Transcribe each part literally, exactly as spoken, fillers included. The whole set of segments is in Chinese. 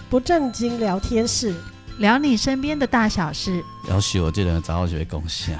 不正经聊天室， 聊你身边的大小事。 要是我这人早就会讲啥。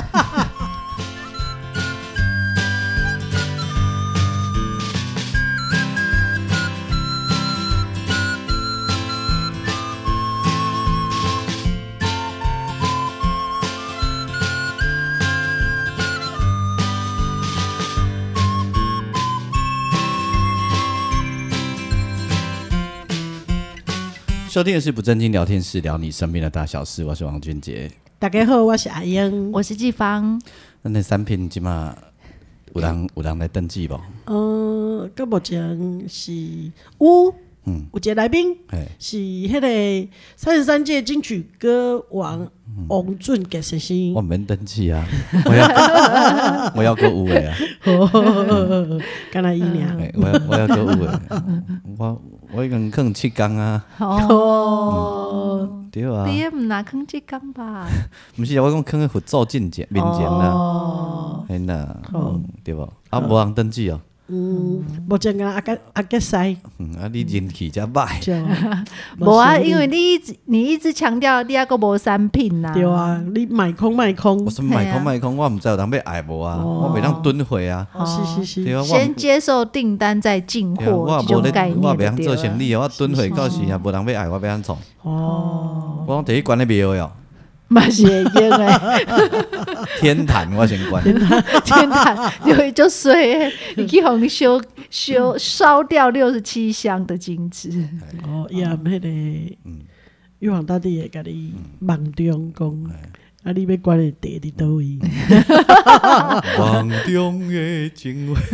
收听的是不正经聊天室，聊你身边的大小事。我是王俊杰。 大家好，我是阿英， 我是季芳。 那那产品今嘛有人有人来登记不？ 嗯，到目前是有， 嗯， 有一个来宾嘿是迄个三十三届金曲歌王王俊杰先生。 我免登记啊，我要我要个有的啊， 干那一年， 嘿我要我要个有的，我我已经坑七天啊， 哦， 对啊， 你也唔拿坑这缸吧？ 不是我讲坑去做进前面前啦， 哦， 嘿呐，嗯对不？啊，无人登记哦， 嗯，目前敢阿个阿个塞， 嗯啊，你人气真歹， 对啊， 无啊，因为你一直你一直强调你还个无产品呐。 对啊，你卖空卖空我，什么卖空卖空，我唔知有人要爱无啊，我袂当蹲回啊， 哦，是是是， 对啊，我先接受订单再进对啊货， 我无咧， 这种概我袂念就对当做生意了。 哦，我蹲回到时啊，无人要爱我，要安创？ 哦， 我第一关咧庙哦， 嘛是会用诶， 天坛我先关， 天坛就就衰，你去红烧烧烧掉六十七箱的金子。 哦，伊也迄个，玉皇大帝会甲你梦中讲，啊，你要管的地伫倒位？ 梦中的情话。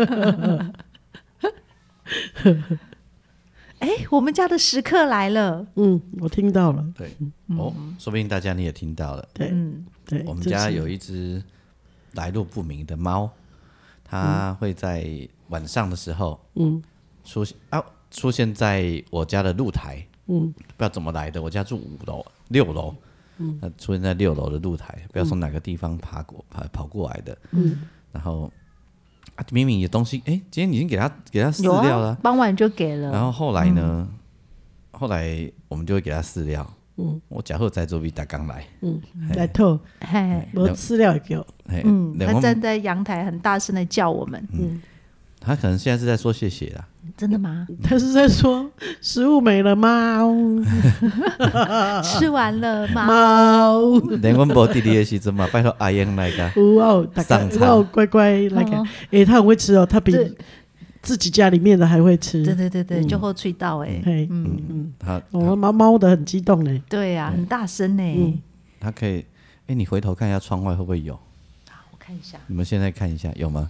哎，我们家的食客来了。 嗯，我听到了， 对，哦，说不定大家你也听到了， 对嗯， 对， 我们这是家有一只来路不明的猫，它会在晚上的时候，嗯，出现啊，出现在我家的露台，嗯，不知道怎么来的，我家住五楼、六楼，嗯，它出现在六楼的露台，不知道从哪个地方爬过跑跑过来的，嗯，然后啊，明明有东西，哎，今天已经给它给它饲有料了啊，，傍晚就给了。 然后后来呢，后来我们就会给它饲料，嗯，我假后在做比打刚来， 嗯，来偷， 嘿， 无饲料会叫， 嘿嗯，他两公站在阳台很大声的叫我们。 嗯， 他可能现在是在说谢谢啦， 真的吗？ 他是在说食物没了吗？ 吃完了吗？ 猫， 连阮无弟弟的时阵嘛，拜托阿英来个， 有哦，大概上餐有乖乖来个哦， 诶，他很会吃哦，他比对自己家里面的还会吃， 对对对对，就后吹到哎， 嘿， 嗯， 嗯， 他我猫猫的很激动呢， 对呀，很大声呢。 他可以，哎，你回头看一下窗外会不会有？ 好，我看一下， 你们现在看一下有吗？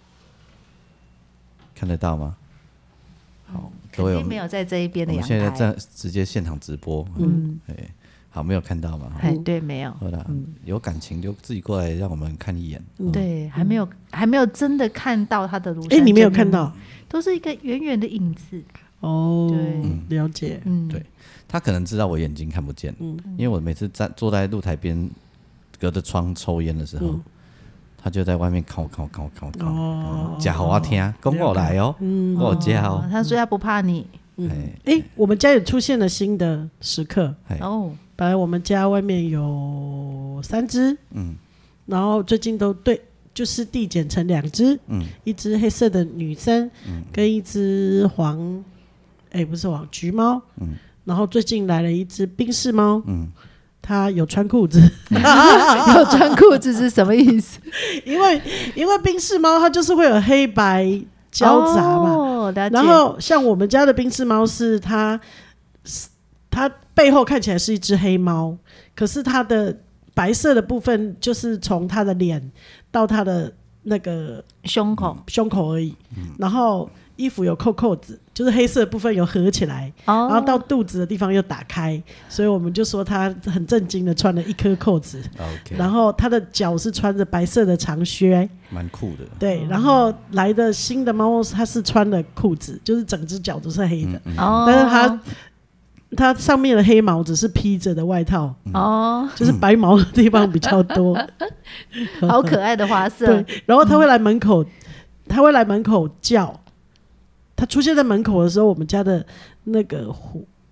看得到吗？好，各位，我们肯定没有在这一边的阳我们现在台。 在直接现场直播，嗯，哎，好，没有看到吗？ 哎，对，没有。 好啦，有感情就自己过来让我们看一眼。 对，还没有，还没有真的看到他的庐山。 诶，你没有看到？ 都是一个远远的影子。 哦对， 了解， 嗯， 对他可能知道我眼睛看不见，因为我每次站坐在露台边隔着窗抽烟的时候，他就在外面靠靠靠靠靠，讲给我听，讲我来哦，我有家哦哦， 他说他不怕你。 哎诶，我们家也出现了新的时刻， 哎哦， 本来我们家外面有三只，嗯，然后最近都对，就是递减成两只，嗯，一只黑色的女生，嗯，跟一只黄，哎、不是黄橘猫，嗯，然后最近来了一只冰室猫，嗯，它有穿裤子， 有穿裤子是什么意思？ 因为因为冰室猫它就是会有黑白交杂嘛， 哦，了解。 然后像我们家的冰室猫是它，它背后看起来是一只黑猫，可是它的白色的部分就是从它的脸到它的那个胸口胸口而已，然后衣服有扣扣子，就是黑色的部分有合起来， 哦， 然后到肚子的地方又打开，所以我们就说它很震惊的穿了一颗扣子， ，OK， 然后它的脚是穿着白色的长靴。 蛮酷的， 对，然后来的新的猫，它是穿了裤子，就是整只脚都是黑的， 哦， 但是它它上面的黑毛只是披着的外套， 哦， 就是白毛的地方比较多。 好可爱的花色。 对，然后它会来门口，它会来门口叫。它出现在门口的时候，我们家的那个虎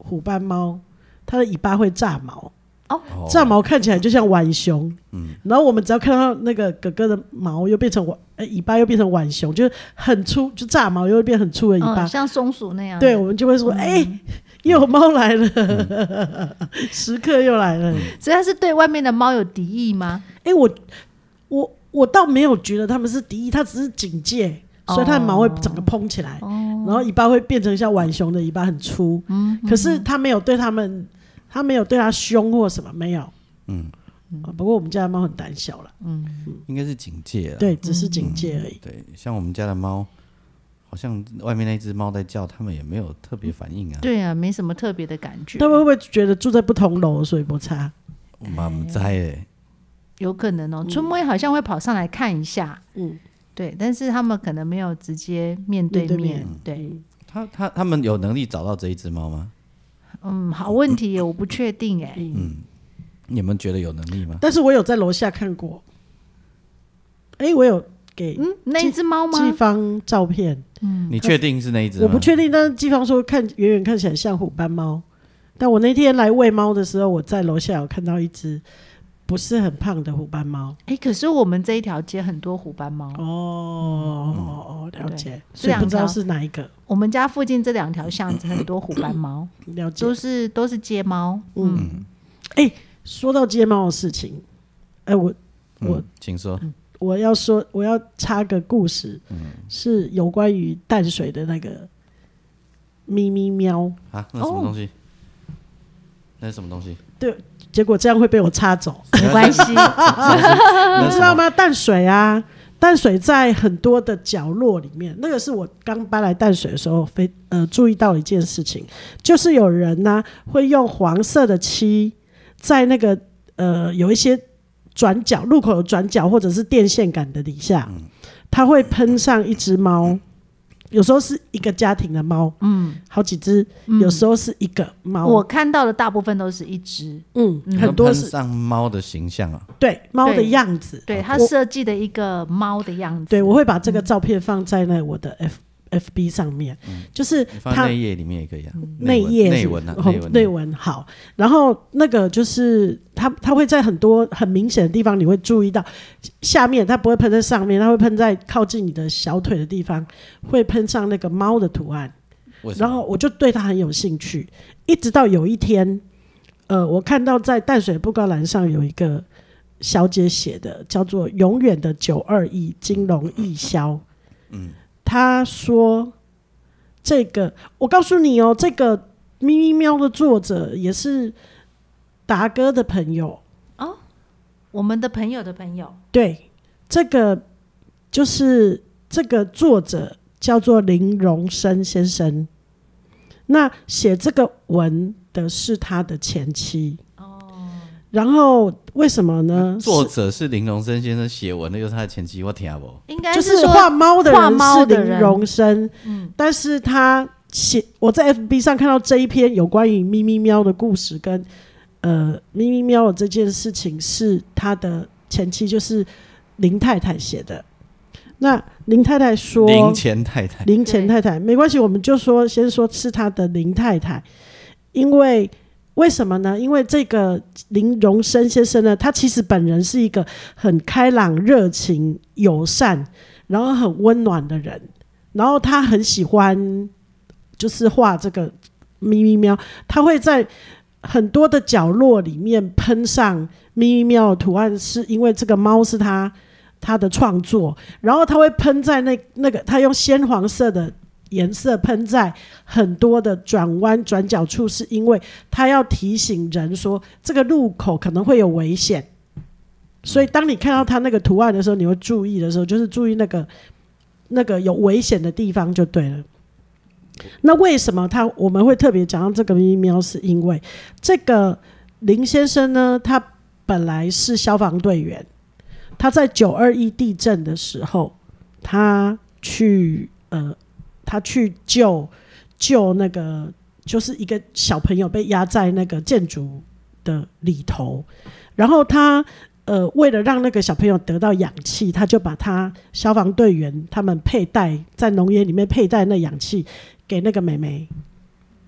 虎斑猫，它的尾巴会炸毛。 哦， 炸毛看起来就像浣熊，嗯，然后我们只要看到那个哥哥的毛又变成浣、呃、尾巴又变成浣熊，就是很粗，就炸毛又会变很粗的尾巴， 嗯、像松鼠那样。 对，我们就会说，哎、嗯欸，又有猫来了，嗯、时刻又来了。 所以它是对外面的猫有敌意吗？ 哎、欸，我我我倒没有觉得他们是敌意，它只是警戒。所以它的毛会整个蓬起来，哦、然后尾巴会变成像浣熊的尾巴很粗，嗯、可是它没有对他们。他没有对他凶或什么，没有。嗯，啊、不过我们家的猫很胆小了。嗯， 应该是警戒了。 对，只是警戒而已、嗯。 对，像我们家的猫，好像外面那只猫在叫，他们也没有特别反应啊。 对啊，没什么特别的感觉。 他们会不会觉得住在不同楼，所以不差？ 我不知道欸， 有可能哦。春妹好像会跑上来看一下。嗯，对，但是他们可能没有直接面对面。面对面对， 嗯、他他他们有能力找到这一只猫吗？ 嗯，好问题耶，我不确定哎。 嗯，你们觉得有能力吗？ 但是我有在楼下看过。哎、欸，我有给嗯那一只猫吗？ 季芳照片。 嗯，你确定是那一只吗？ 我不确定，但是季芳说看远远看起来像虎斑猫。但我那天来喂猫的时候，我在楼下有看到一只不是很胖的虎斑猫。 哎、欸，可是我们这一条街很多虎斑猫。 哦哦、嗯，了解。所以不知道是哪一个。 我们家附近这两条巷子很多虎斑猫， 了解， 都是都是街猫。嗯， 哎、嗯欸，说到街猫的事情，哎、欸，我我、 嗯、请说， 我要说，我要插个故事，嗯、是有关于淡水的那个咪咪喵啊，那什么东西？哦、那是什么东西？ 对，结果这样会被我插走， 没关系， 你知道吗？淡水啊。淡水在很多的角落里面，那个是我刚搬来淡水的时候非呃注意到一件事情，就是有人呢、啊、会用黄色的漆在那个呃有一些转角路口有转角或者是电线杆的底下，他会喷上一只猫，有时候是一个家庭的猫，嗯，好几只，嗯、有时候是一个猫。 我看到的大部分都是一只， 嗯，嗯很多是喷上猫的形象啊， 对，猫的样子， 对，它设计的一个猫的样子。 对，我会把这个照片放在那我的 F、嗯、F B 上面，嗯、就是它放内页里面也可以啊， 内页内文啊， 内文好。然后那个就是它，它会在很多很明显的地方，你会注意到下面，它不会喷在上面，它会喷在靠近你的小腿的地方，会喷上那个猫的图案。然后我就对它很有兴趣，一直到有一天，呃，我看到在淡水布告栏上有一个小姐写的，叫做“永远的九二一金融义消”。嗯，她说这个，我告诉你哦，这个咪咪喵的作者也是达哥的朋友哦，我们的朋友的朋友。 对，这个就是这个作者叫做林荣生先生。那写这个文的是他的前妻哦，然后为什么呢？ 作者是林荣生先生，写文的又是他的前妻，我听不应该是说画猫的人是林荣生，嗯，但是他写我在 F B 上看到这一篇有关于咪咪喵的故事跟呃咪咪喵的这件事情是他的前妻，就是林太太写的。那林太太说， 林前太太， 林前太太没关系，我们就说先说是她的林太太，因为为什么呢？因为这个林荣生先生呢，他其实本人是一个很开朗、热情、友善，然后很温暖的人，然后他很喜欢就是画这个咪咪喵，他会在很多的角落里面喷上咪咪喵的图案，是因为这个猫是他。他的创作，然后他会喷在那那个，他用鲜黄色的颜色喷在很多的转弯转角处，是因为他要提醒人说这个路口可能会有危险，所以当你看到他那个图案的时候，你会注意的时候，就是注意那个那个有危险的地方就对了。那为什么他我们会特别讲到这个咪咪喵？是因为这个林先生呢，他本来是消防队员。他在九二一地震的时候，他去呃，他去救救那个，就是一个小朋友被压在那个建筑的里头，然后他呃，为了让那个小朋友得到氧气，他就把他消防队员他们佩戴在农园里面佩戴那氧气给那个妹妹，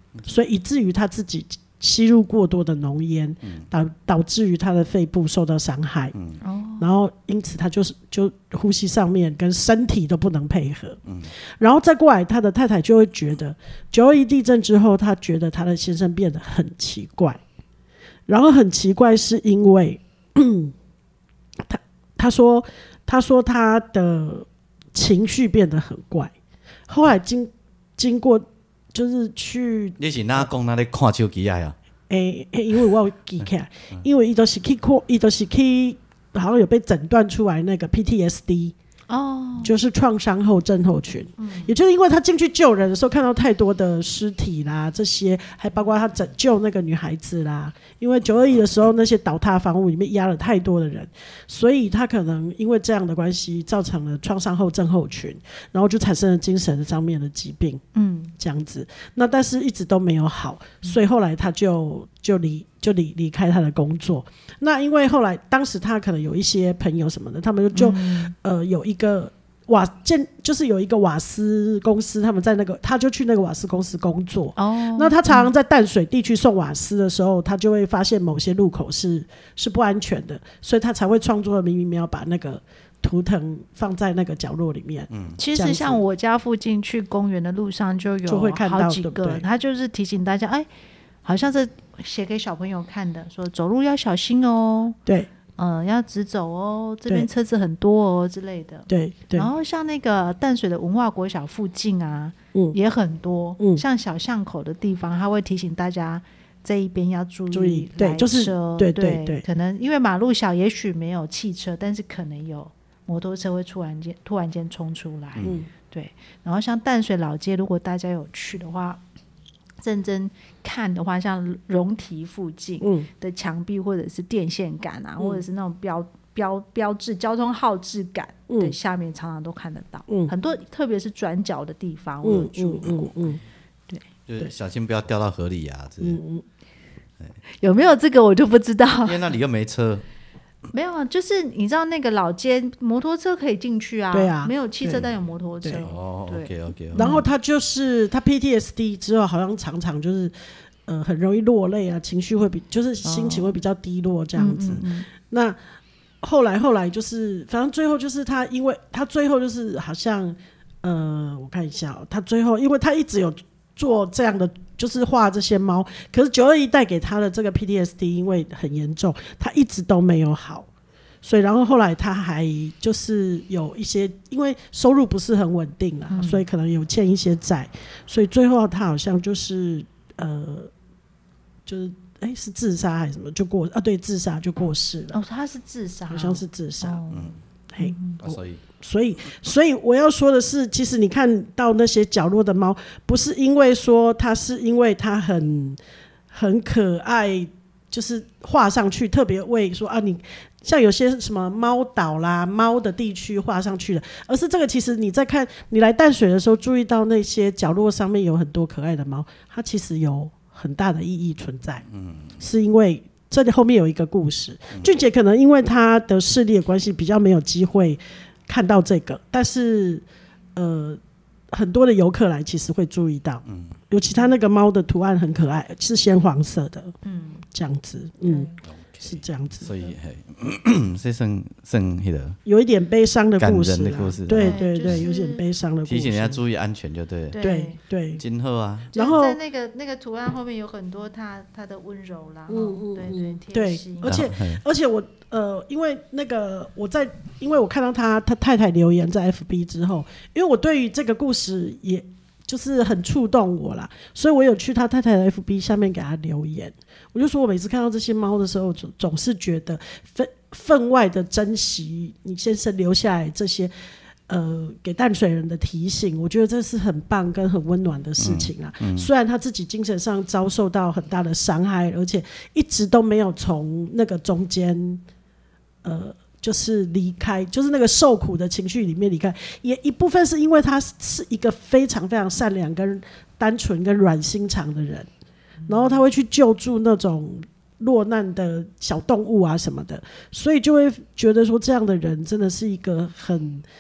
所以以至于他自己吸入过多的浓烟，导导致于他的肺部受到伤害，嗯、然后因此他就是就呼吸上面跟身体都不能配合，嗯、然后再过来，他的太太就会觉得九二一地震之后，他觉得他的先生变得很奇怪，然后很奇怪是因为他他说他说他的情绪变得很怪，后来经经过。就是去， 你是哪讲？哪里看手机啊？ 诶、欸欸，因为我有记起来，因为伊都是去看，伊都是去，好像有被诊断出来那个 P T S D。哦，就是创伤后症候群、嗯，也就是因为他进去救人的时候看到太多的尸体啦，这些还包括他拯救那个女孩子啦，因为九二一的时候那些倒塌房屋里面压了太多的人，所以他可能因为这样的关系造成了创伤后症候群，然后就产生了精神上面的疾病，嗯，这样子。那但是一直都没有好，所以后来他就就离就离离开他的工作。那因为后来当时他可能有一些朋友什么的，他们就、嗯、呃有一个瓦建，就是有一个瓦斯公司，他们在那个他就去那个瓦斯公司工作。哦，那他常常在淡水地区送瓦斯的时候，他就会发现某些路口是是不安全的，所以他才会创作明明没有把那个图腾放在那个角落里面。嗯， 其实像我家附近去公园的路上就有好几个，他就是提醒大家，哎，好像是写给小朋友看的，说走路要小心哦。 对。 嗯，要直走哦，这边车子很多哦之类的。 对对。 然后像那个淡水的文化国小附近啊，嗯、也很多、嗯。像小巷口的地方，他会提醒大家这一边要注意注意，对，就是对对 对, 对。 可能因为马路小，也许没有汽车，但是可能有摩托车会突然间突然间冲出来。嗯，对。然后像淡水老街，如果大家有去的话。认真看的话，像龙堤附近的墙壁或者是电线杆啊、嗯、或者是那种标标标志交通号志杆的下面常常都看得到、嗯、很多特别是转角的地方我有注意过、嗯嗯嗯、对， 就是小心不要掉到河里啊之类的、嗯嗯、有没有这个我就不知道， 因为那里又没车。 没有啊，就是你知道那个老街摩托车可以进去啊， 对啊， 没有汽车但有摩托车。 哦 ，OK OK。 然后他就是他 P T S D 之后，好像常常就是呃很容易落泪啊，情绪会比就是心情会比较低落这样子。哦、嗯嗯嗯那后来后来就是反正最后就是他，因为他最后就是好像呃我看一下、哦，他最后因为他一直有做这样的。就是画这些猫，可是九二一带给他的这个 P T S D 因为很严重，他一直都没有好，所以然后后来他还就是有一些，因为收入不是很稳定啦、嗯，所以可能有欠一些债，所以最后他好像就是呃，就是哎是自杀还是什么就过啊？对，自杀就过世了。 哦，他是自杀， 好像是自杀。哦、嗯，嘿、 嗯啊，所以。 所以，所以我要说的是，其实你看到那些角落的猫，不是因为说它是因为它很很可爱，就是画上去，特别为说啊，你像有些什么猫岛啦、猫的地区画上去的，而是这个其实你在看你来淡水的时候，注意到那些角落上面有很多可爱的猫，它其实有很大的意义存在。嗯，是因为这里后面有一个故事，俊杰可能因为他的视力的关系，比较没有机会。看到这个，但是呃，很多的游客来其实会注意到，嗯，尤其他那个猫的图案很可爱，是鲜黄色的，嗯，这样子，嗯， okay, 是这样子， 所以这算算那个有一点悲伤的故事， 感人的故事， 对对对，有点悲伤的故事， 提醒人家注意安全就对了， 对对， 今后啊， 然后在那个那个图案后面有很多他他的温柔啦，嗯嗯，对对贴心， 而且而且我。呃，因为那个我在，因为我看到他他太太留言在 F B 之后，因为我对于这个故事也就是很触动我啦，所以我有去他太太的 F B 下面给他留言，我就说我每次看到这些猫的时候，总总是觉得分分外的珍惜你先生留下来这些。呃，给淡水人的提醒，我觉得这是很棒跟很温暖的事情啊、嗯嗯。虽然他自己精神上遭受到很大的伤害，而且一直都没有从那个中间，呃，就是离开，就是那个受苦的情绪里面离开。也一部分是因为他是一个非常非常善良、跟单纯、跟软心肠的人，然后他会去救助那种落难的小动物啊什么的，所以就会觉得说，这样的人真的是一个很。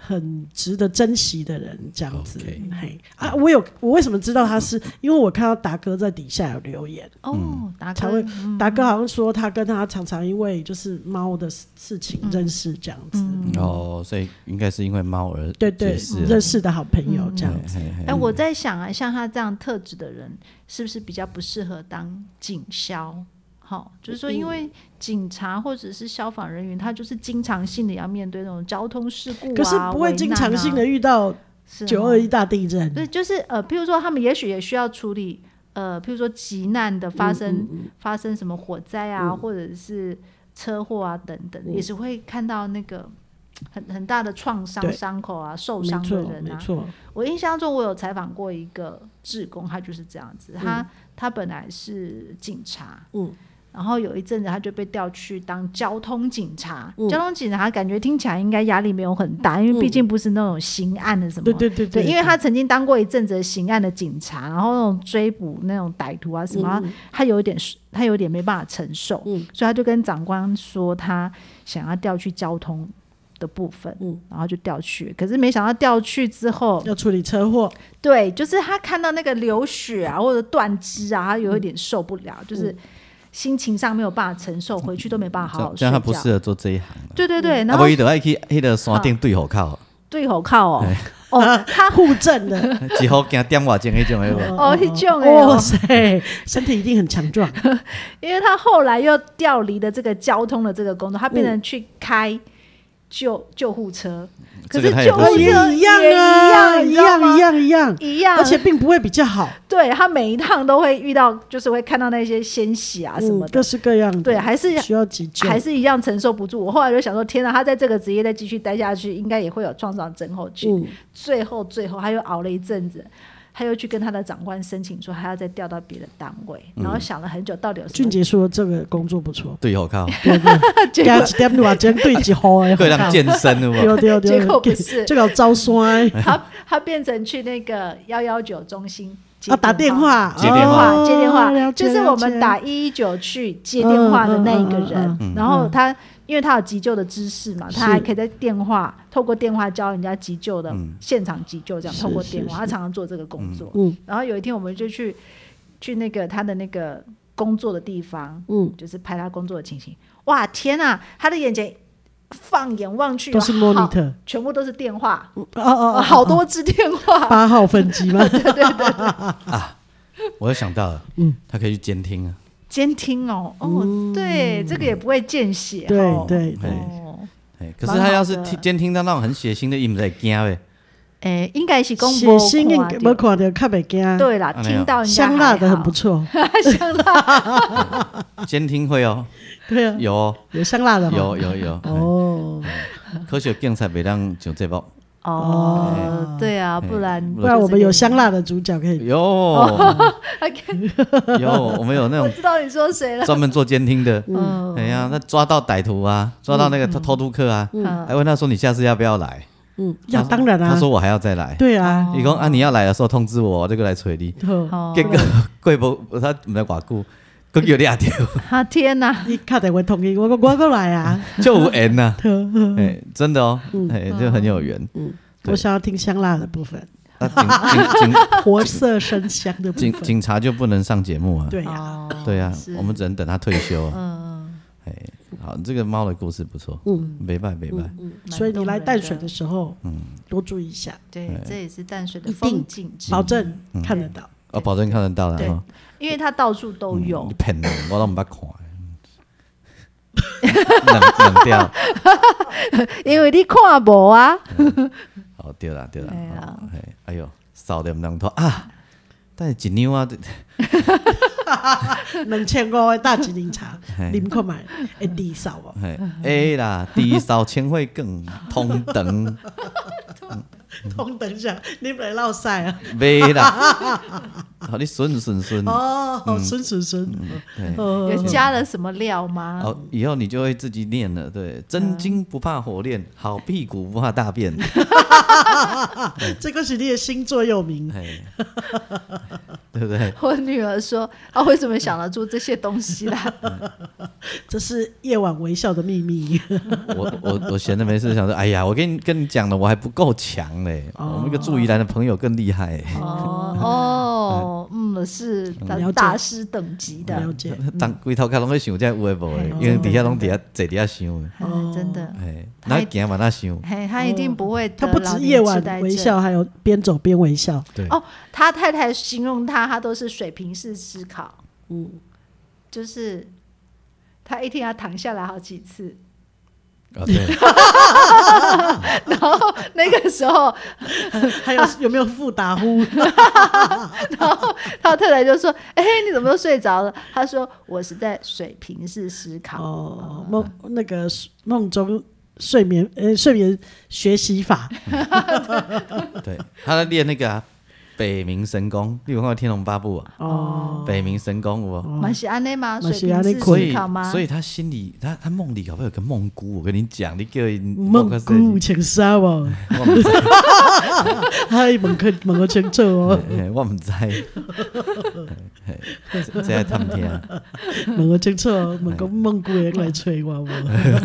很值得珍惜的人，这样子。 Okay. 嘿啊，我有我为什么知道他是？因为我看到达哥在底下有留言哦，达哥， 会达哥好像说他跟他常常因为就是猫的事情认识这样子。 嗯嗯、 哦，所以应该是因为猫而对对认识的好朋友这样子。 哎、嗯欸，我在想啊，像他这样特质的人，是不是比较不适合当警消？好，就是说，因为警察或者是消防人员，他就是经常性的要面对那种交通事故啊， 可是不会经常性的遇到九二一大地震。 对，就是呃，譬如说，他们也许也需要处理呃，譬如说急难的发生，嗯嗯嗯发生什么火灾啊，嗯、或者是车祸啊等等，嗯、也是会看到那个很很大的创伤、伤口啊、受伤的人啊。 没错， 我印象中，我有采访过一个志工，他就是这样子，他、嗯、他本来是警察，嗯。然后有一阵子他就被调去当交通警察、嗯、交通警察感觉听起来应该压力没有很大，因为毕竟不是那种刑案的什么、嗯、对对 对, 对, 对，因为他曾经当过一阵子刑案的警察，然后那种追捕那种歹徒啊什么、嗯、他有一点他有点没办法承受、嗯、所以他就跟长官说他想要调去交通的部分、嗯、然后就调去，可是没想到调去之后要处理车祸， 对，就是他看到那个流血啊或者断肢啊，他有一点受不了、嗯、就是心情上没有办法承受，回去都没办法好好睡觉， 这样他不适合做这一行。 对对对，然后他就要去那个山顶对口靠， 对口靠哦，哦，他护正的， 一号惊点外钟那种的。 哦，那种的，哇塞，身体一定很强壮。 因为他后来又调离了这个交通的这个工作，他变成去开救救护车。可是救护车也一样啊，一样一样一样一样， 而且并不会比较好。 对，他每一趟都会遇到，就是会看到那些鲜血啊什么的， 嗯、各式各样的。 对，还是需要急救， 还是一样承受不住。我后来就想说，天哪，他在这个职业再继续待下去，应该也会有创伤症候群。嗯、最后，最后他又熬了一阵子。他又去跟他的长官申请说还要再调到别的单位、嗯、然后想了很久到底有什么。俊杰说这个工作不错， 对好靠， 对对，加一点多钱对一号的， 对让健身的嘛， 对对对， 结果不是， 这个招酸， 他他变成去那个一一九中心。 啊，打电话， 接电话， 哦、接电话，就是我们打一一九去接电话的那一个人。嗯嗯嗯、然后他，因为他有急救的知识嘛，他还可以在电话透过电话教人家急救的、嗯、现场急救，这样透过电话，他常常做这个工作。嗯、然后有一天，我们就去去那个他的那个工作的地方，嗯，就是拍他工作的情形。哇，天啊，他的眼前。放眼望去都是 monitor， 全部都是电话， 哦哦哦， 好多支电话， 八号分机吗？ 对对对对啊，我又想到了，嗯，他可以去监听啊， 监听哦，哦，嗯、对，这个也不会见血， 对对对， 哦， 可是他要是监听到那种很血腥的，伊唔会惊呗。 诶，应该是讲血腥，应该没看到，较袂惊。 对啦，听到香辣的很不错， 香辣监听会哦。 对啊， 有、哦、 有香辣的， 有有有哦。 可惜警察袂当上这部哦，对啊，不然不然我们有香辣的主角可以有有，我们有那种我知道你说谁了， 专门做监听的。哎呀，他抓到歹徒啊，抓到那个偷偷客啊，还问他说你下次要不要来？ 嗯，要当然啦。 他说我还要再来。 对啊， 你讲啊，你要来的时候通知我，我就过来找你。结果过无他唔知偌久。都有俩条， 啊天哪！ 你打电话同意我，我过来啊， 就有缘呐，哎，真的哦，哎，就很有缘。 嗯，我想要听香辣的部分， 那警警警活色生香的部分， 警警察就不能上节目啊？ 对呀， 对呀，我们只能等他退休。嗯，哎，好，这个猫的故事不错，嗯，没败没败。 所以你来淡水的时候，嗯，多注意一下。 对，这也是淡水的风景， 保证看得到。 哦，保证看得到了哈。 因为它到处都有。 你骗人，我都唔捌看。冷冷掉。 因为你看无啊。 哦，对啦对啦。哎呦，少点两头啊！但是一两啊， 两千五的大吉林茶，啉看卖会低烧无？ 会啦，低烧千惠更通肠。 通等下，你不来落晒啊？ 没啦，好你顺顺顺哦，顺顺顺， 有加了什么料吗？ 哦，以后你就会自己念了。对，真金不怕火炼，好屁股不怕大便。 这个是你的新座右铭， 对不对？ 我女儿说：“啊，为什么想得出这些东西啦？” 这是夜晚微笑的秘密。 我我我闲着没事想说，哎呀，我跟你跟你讲的，我还不够强嘞。哦、我们一个驻宜兰的朋友更厉害。 哦哦，嗯，是大师等级的。 了解。 当规头壳拢在想这有诶无诶，因为底下拢底下坐底下想诶。 哦，真的。 哎，那行嘛那想。 嘿，他一定不会。 他不止夜晚微笑，还有边走边微笑。 对。 哦，他太太形容他，他都是水平式思考。嗯，就是他一天要躺下来好几次。 哦，对。 然后那个时候还有有没有副打呼？ 然后他太太就说：“哎、欸，你怎么都睡着了？”他说：“我是在水平式思考。” 哦，梦那个梦中睡眠呃睡眠学习法。 对，他在练那个、啊。北冥神功，你有看过《天龙八部》啊？哦，北冥神功有无？ 嘛是安尼吗？水平式思考吗？ 所以他心里，他他梦里搞不好有个梦姑，我跟你讲，你叫梦姑穿衫无？嗨，问佢问我清楚哦。 我唔知，这还探听。 问我清楚，问讲梦姑会来催我无？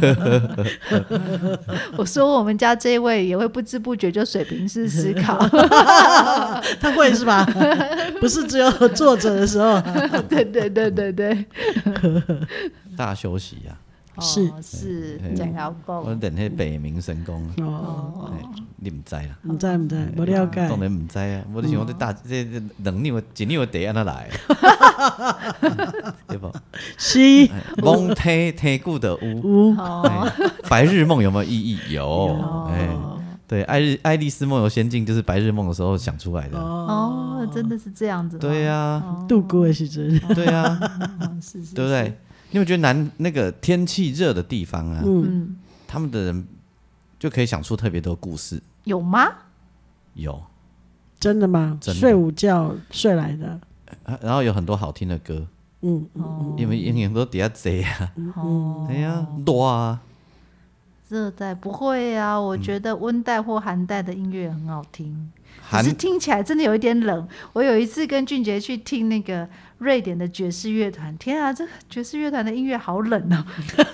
我说我们家这位也会不知不觉就水平式思考。 他会是吧？不是只有坐着的时候。 对对对对对。 大休息呀、 啊。是是，真要讲。 我练迄北冥神功。哦。你唔知啦？ 唔知唔知，无了解。 当然唔知啊！我就想我这大这两两一两地安怎来？对不？ 是。 梦天天久的有。白日梦有没有意义？有。哎。对，爱日爱丽丝梦游仙境就是白日梦的时候想出来的。 哦，真的是这样子吗？ 对呀、啊， 度过的时阵。 对呀、啊， 是是， 对不对？你有觉得南那个天气热的地方啊，嗯，他们的人就可以想出特别多故事。 有吗？ 有， 真的吗？真的睡午觉睡来的。 然后有很多好听的歌，嗯嗯，因为因为很多底下贼啊，哦，对呀，多啊。 热带不会啊，我觉得温带或寒带的音乐很好听，可是听起来真的有一点冷。我有一次跟俊杰去听那个瑞典的爵士乐团，天啊，这爵士乐团的音乐好冷啊！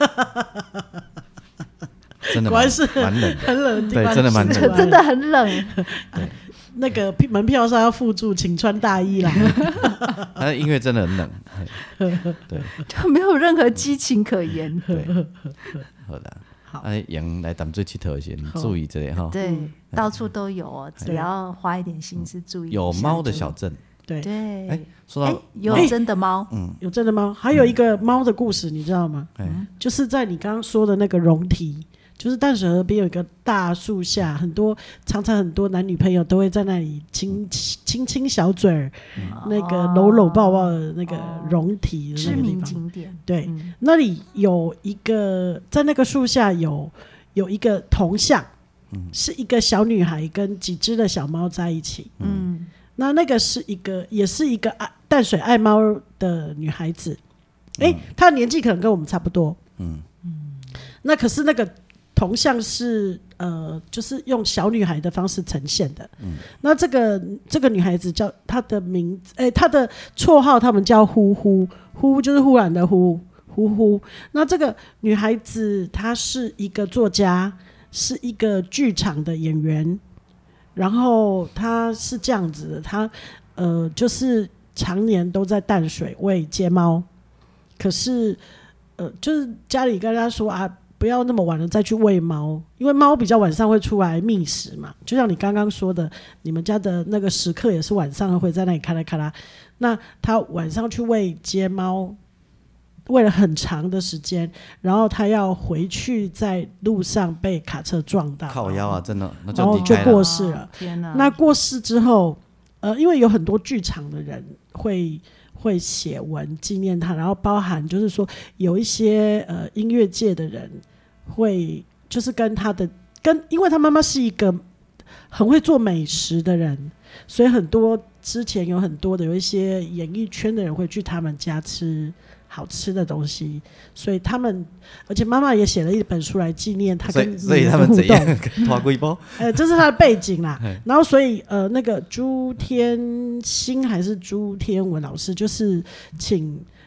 真的蛮蛮冷， 很冷的地方， 对，真的蛮冷， 真的很冷。 对，那个门票上要附注，请穿大衣啦。 他的音乐真的很冷，对， 就没有任何激情可言。 对，好的。哎，人来淡水佚佗先注意这里哈。 对，嗯、到处都有哦，只要花一点心思注意。 有猫的小镇， 对对。 哎，说到有真的猫， 嗯，有真的猫，还有一个猫的故事，你知道吗？嗯，就是在你刚刚说的那个rom堤，就是淡水河边有一个大树下，很多常常很多男女朋友都会在那里亲亲亲小嘴儿，嗯、那个搂搂抱抱的那个rom堤的那个地方，知名景点。 对，嗯、那里有一个在那个树下有有一个铜像，嗯、是一个小女孩跟几只的小猫在一起。嗯，那那个是一个也是一个爱淡水爱猫的女孩子，哎、嗯欸，她的年纪可能跟我们差不多。嗯嗯，那可是那个。铜像是呃，就是用小女孩的方式呈现的。嗯，那这个这个女孩子叫她的名字，哎、欸，她的绰号他们叫呼呼，呼就是忽然的呼，呼呼。那这个女孩子她是一个作家，是一个剧场的演员，然后她是这样子的，她呃就是常年都在淡水喂街猫，可是呃就是家里跟她说啊。不要那么晚了再去喂猫，因为猫比较晚上会出来觅食嘛。就像你刚刚说的，你们家的那个食客也是晚上会在那里咔啦咔啦。那他晚上去喂街猫，喂了很长的时间，然后他要回去，在路上被卡车撞到， 靠腰啊，真的，那就然后就过世了。 哦、天哪！ 那过世之后，呃，因为有很多剧场的人会。会写文纪念他，然后包含就是说有一些呃音乐界的人会就是跟他的跟，因为他妈妈是一个很会做美食的人，所以很多之前有很多的有一些演艺圈的人会去他们家吃好吃的东西，所以他们，而且妈妈也写了一本书来纪念他跟女儿的互动。所以他们怎样拖几包？ 呃，这是他的背景啦。然后所以呃，那个朱天心还是朱天文老师，就是请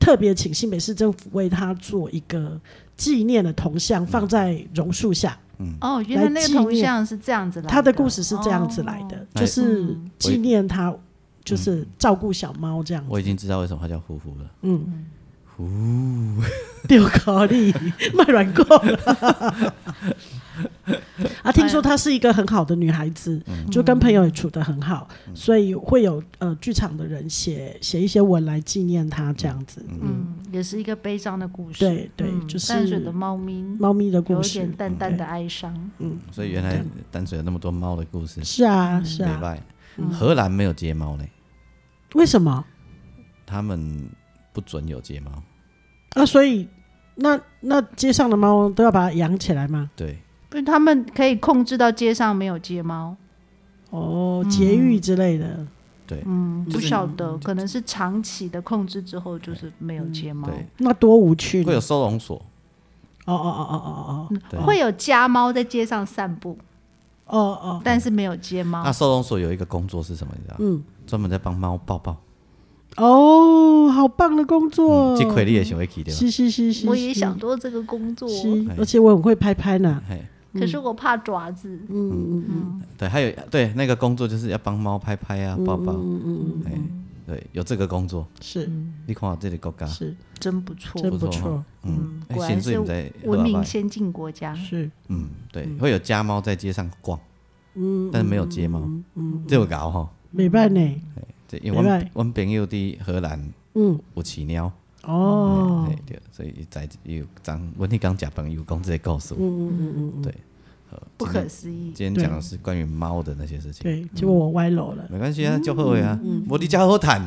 特别请新北市政府为他做一个纪念的铜像，放在榕树下。 嗯、哦，原来那个铜像是这样子来的， 他的故事是这样子来的，哦、就是纪念他，就是照顾小猫这样子。 我已经知道为什么他叫呼呼了。 嗯，呼，丢考虑卖软够了。啊，听说她是一个很好的女孩子，嗯、就跟朋友也处得很好，嗯、所以会有呃剧场的人写写一些文来纪念她这样子。 嗯，也是一个悲伤的故事。 对对，嗯、就是淡水的猫咪， 猫咪的故事， 有点淡淡的哀伤。 嗯，所以原来淡水有那么多猫的故事。 是啊是啊。 嗯、荷兰没有街猫呢？ 为什么？ 他们不准有街猫。 啊，所以那那街上的猫都要把它养起来吗？ 对。 不是他们可以控制到街上没有街猫哦，节育之类的。 嗯、对， 嗯，不晓得，可能是长期的控制之后就是没有街猫。 对， 那多无趣。 会有收容所。 哦哦哦哦哦哦，会有家猫在街上散步。 哦哦， 但是没有街猫。 那收容所有一个工作是什么？你知道？嗯，专门在帮猫抱抱。 哦，好棒的工作！ 这亏你也想会去对吧？ 是是是是， 我也想做这个工作， 而且我很会拍拍呢。 可是我怕爪子。 嗯嗯嗯， 对，还有对那个工作就是要帮猫拍拍啊、抱抱。嗯嗯嗯，对，有这个工作是。 你看这里国家是真不错， 真不错。 嗯，果然是文明先进国家。 是。 嗯，对，会有家猫在街上逛，嗯，但是没有街猫，嗯，这有搞哈， 没办呢。 因为我我朋友在荷兰，嗯，有饲猫。 哦， 对，所以在有张我那刚讲朋友讲这个故事，嗯嗯嗯嗯，对， 不可思议。 今天讲的是关于猫的那些事情， 对，结果我歪楼了， 没关系啊，就好呀，我伫家好谈，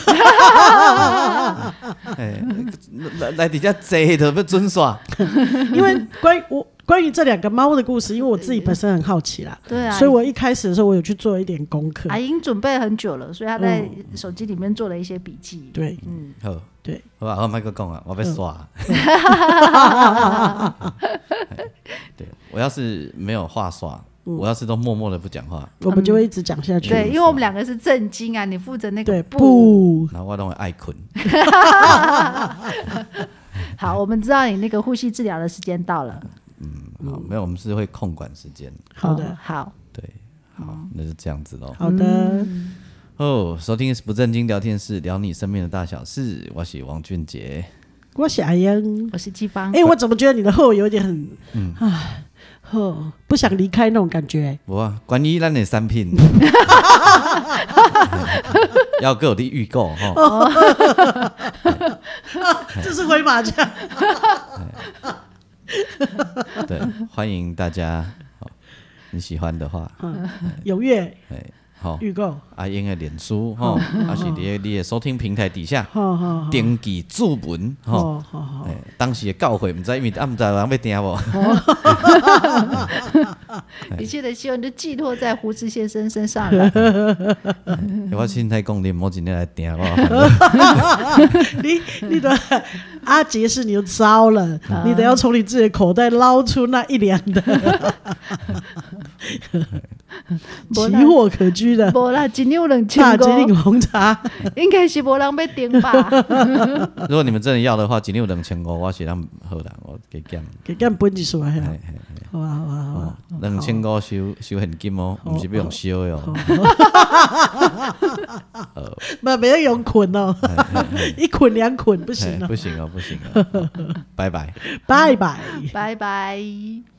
哎，来来伫家坐就要准耍， 因为关于我。关于这两个猫的故事，因为我自己本身很好奇啦， 对啊， 所以我一开始的时候我有去做一点功课。 阿英准备很久了，所以他在手机里面做了一些笔记。 对， 嗯， 好， 对， 好吧，我麦克讲啊，我要刷。对，我要是没有话刷，我要是都默默的不讲话， 我们就会一直讲下去。 对，因为我们两个是正经啊，你负责那个不， 然后我都会爱困。 好，我们知道你那个呼吸治疗的时间到了。 嗯，好，没有，我们是会控管时间。 好的， 好， 对，好，那就这样子咯。 好的， 哦，收听不正经聊天室，聊你身边的大小事。我是王俊杰， 我是阿英， 我是季芳。 哎，我怎么觉得你的后有点很，嗯，唉，呵，不想离开那种感觉。 不啊，关于咱的产品，要给我的预购哈。 这是回马枪。 对，欢迎大家，你喜欢的话， 嗯，踊跃， 好， 预购阿英的脸书哈，还是你你的收听平台底下，点击注文哈，当时的教会唔知因为暗知人要听无， 一切的希望就寄托在胡子先生身上了。 我现在讲你莫今天来听我， 你你的阿杰是你就糟了，你得要从你自己的口袋捞出那一两的。奇货可居的， 无啦，一两两千大吉岭红茶， 应该是无人要订吧。 如果你们真的要的话，一两两千五，我是让好人，我给减， 给减本一数啊，好啊好啊好啊， 两千五收收现金哦，不是要用收的哦。 不，不要用捆哦，一捆两捆不行哦， 不行哦不行哦，拜拜拜拜拜拜。